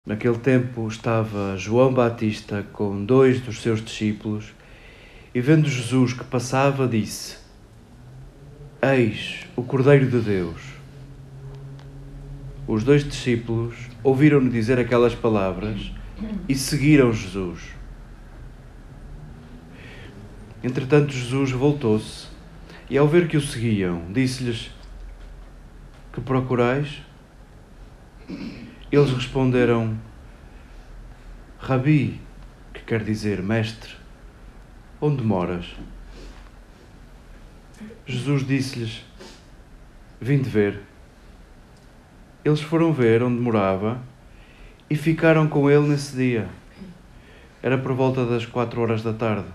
Naquele tempo estava João Batista com 2 dos seus discípulos e, vendo Jesus que passava, disse: Eis o Cordeiro de Deus. Os 2 discípulos ouviram-no dizer aquelas palavras e seguiram Jesus. Entretanto, Jesus voltou-se e, ao ver que o seguiam, disse-lhes: Que procurais? Eles responderam: Rabi, que quer dizer mestre, onde moras? Jesus disse-lhes: Vinde ver. Eles foram ver onde morava e ficaram com ele nesse dia. Era por volta das 4 da tarde.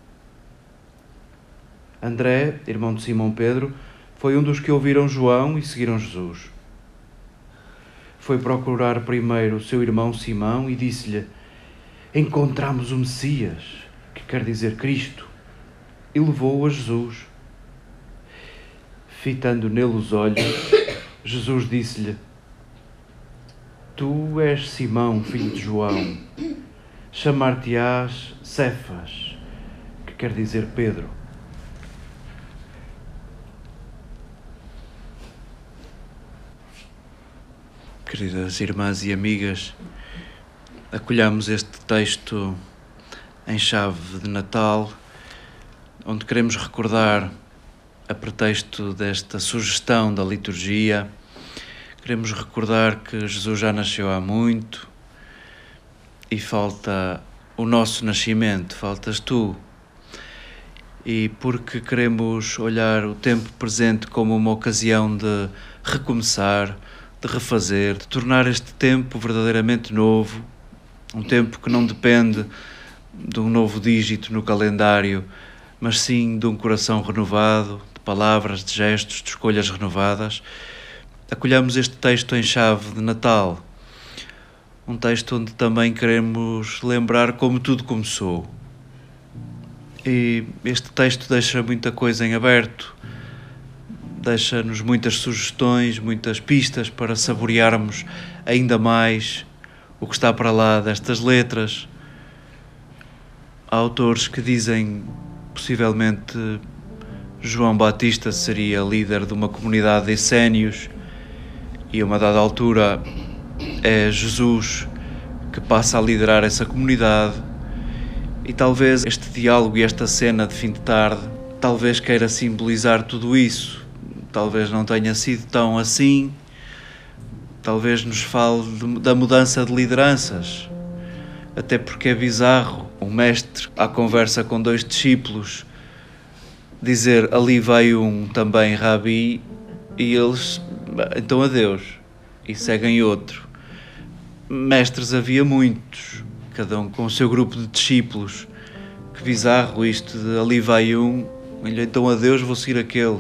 André, irmão de Simão Pedro, foi um dos que ouviram João e seguiram Jesus. Foi procurar primeiro o seu irmão Simão e disse-lhe: Encontramos o Messias, que quer dizer Cristo, e levou-o a Jesus. Fitando nele os olhos, Jesus disse-lhe: Tu és Simão, filho de João, chamar-te-ás Cefas, que quer dizer Pedro. Queridas irmãs e amigas, acolhamos este texto em chave de Natal, onde queremos recordar, a pretexto desta sugestão da liturgia, queremos recordar que Jesus já nasceu há muito e falta o nosso nascimento, faltas tu. E porque queremos olhar o tempo presente como uma ocasião de recomeçar, de refazer, de tornar este tempo verdadeiramente novo, um tempo que não depende de um novo dígito no calendário, mas sim de um coração renovado, de palavras, de gestos, de escolhas renovadas. Acolhamos este texto em chave de Natal, um texto onde também queremos lembrar como tudo começou. E este texto deixa muita coisa em aberto, deixa-nos muitas sugestões, muitas pistas para saborearmos ainda mais o que está para lá destas letras. Há autores que dizem, possivelmente, João Batista seria líder de uma comunidade de essénios e a uma dada altura é Jesus que passa a liderar essa comunidade, e talvez este diálogo e esta cena de fim de tarde talvez queira simbolizar tudo isso. Talvez não tenha sido tão assim, talvez nos fale da mudança de lideranças, até porque é bizarro um mestre, à conversa com 2 discípulos, dizer ali veio um também Rabi, e eles, então adeus, e seguem outro. Mestres havia muitos, cada um com o seu grupo de discípulos. Que bizarro isto de ali vai um, então adeus, vou seguir aquele.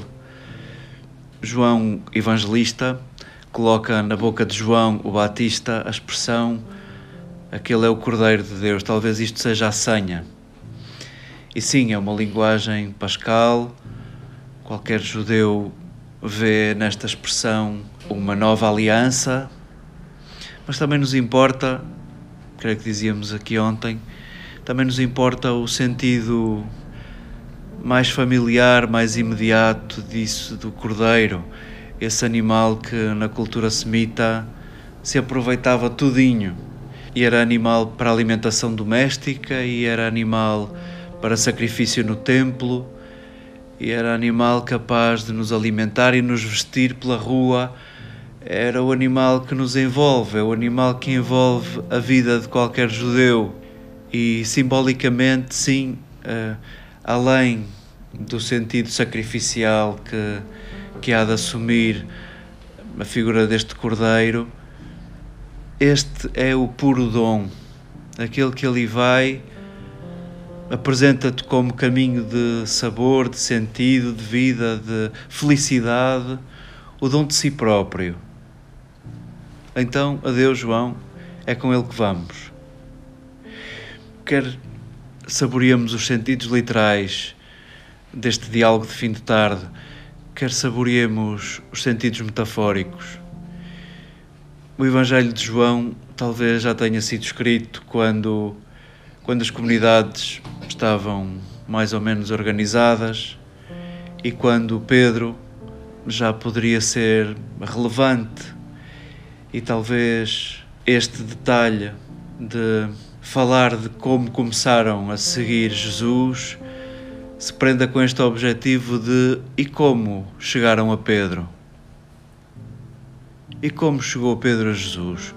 João Evangelista coloca na boca de João o Batista a expressão: aquele é o Cordeiro de Deus. Talvez isto seja a senha. E sim, é uma linguagem pascal. Qualquer judeu vê nesta expressão uma nova aliança, mas também nos importa, creio que dizíamos aqui ontem, também nos importa o sentido mais familiar, mais imediato disso, do cordeiro, esse animal que na cultura semita se aproveitava tudinho, e era animal para alimentação doméstica, e era animal para sacrifício no templo, e era animal capaz de nos alimentar e nos vestir pela rua. Era o animal que nos envolve, é o animal que envolve a vida de qualquer judeu. E simbolicamente, sim, além do sentido sacrificial que há de assumir a figura deste cordeiro, este é o puro dom. Aquele que ali vai apresenta-te como caminho de sabor, de sentido, de vida, de felicidade, o dom de si próprio. Então, adeus João, é com ele que vamos. Quer saboreemos os sentidos literais deste diálogo de fim de tarde, quer saboreemos os sentidos metafóricos. O Evangelho de João talvez já tenha sido escrito quando as comunidades estavam mais ou menos organizadas e quando Pedro já poderia ser relevante, e talvez este detalhe de falar de como começaram a seguir Jesus se prenda com este objetivo de e como chegaram a Pedro? E como chegou Pedro a Jesus?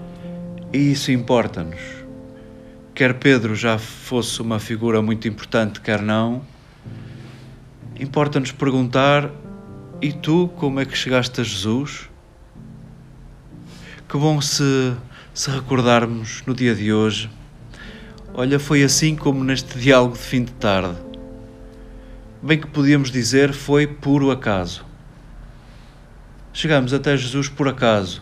E isso importa-nos. Quer Pedro já fosse uma figura muito importante, quer não, importa-nos perguntar: e tu, como é que chegaste a Jesus? Que bom se recordarmos no dia de hoje. Olha, foi assim como neste diálogo de fim de tarde. Bem que podíamos dizer, foi puro acaso. Chegamos até Jesus por acaso.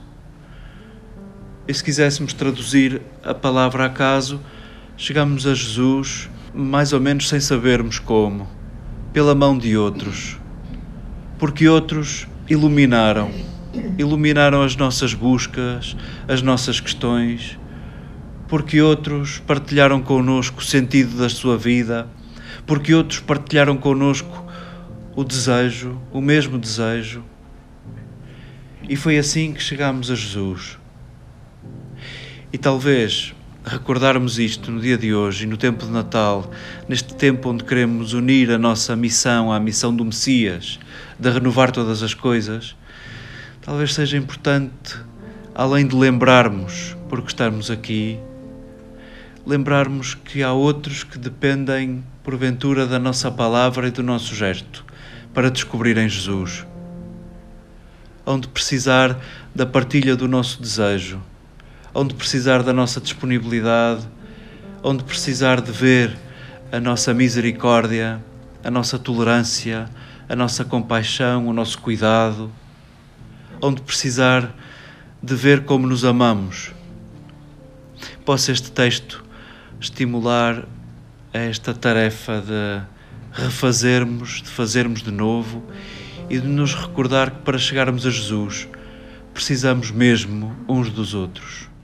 E se quiséssemos traduzir a palavra acaso, chegamos a Jesus mais ou menos sem sabermos como, pela mão de outros. Porque outros iluminaram as nossas buscas, as nossas questões, porque outros partilharam connosco o sentido da sua vida, porque outros partilharam connosco o desejo, o mesmo desejo. E foi assim que chegámos a Jesus. E talvez recordarmos isto no dia de hoje e no tempo de Natal, neste tempo onde queremos unir a nossa missão à missão do Messias, de renovar todas as coisas, talvez seja importante, além de lembrarmos, porque estamos aqui, lembrarmos que há outros que dependem, porventura, da nossa palavra e do nosso gesto para descobrirem Jesus. Hão de precisar da partilha do nosso desejo, hão de precisar da nossa disponibilidade, hão de precisar de ver a nossa misericórdia, a nossa tolerância, a nossa compaixão, o nosso cuidado, hão de precisar de ver como nos amamos. Possa este texto estimular a esta tarefa de refazermos, de fazermos de novo e de nos recordar que para chegarmos a Jesus precisamos mesmo uns dos outros.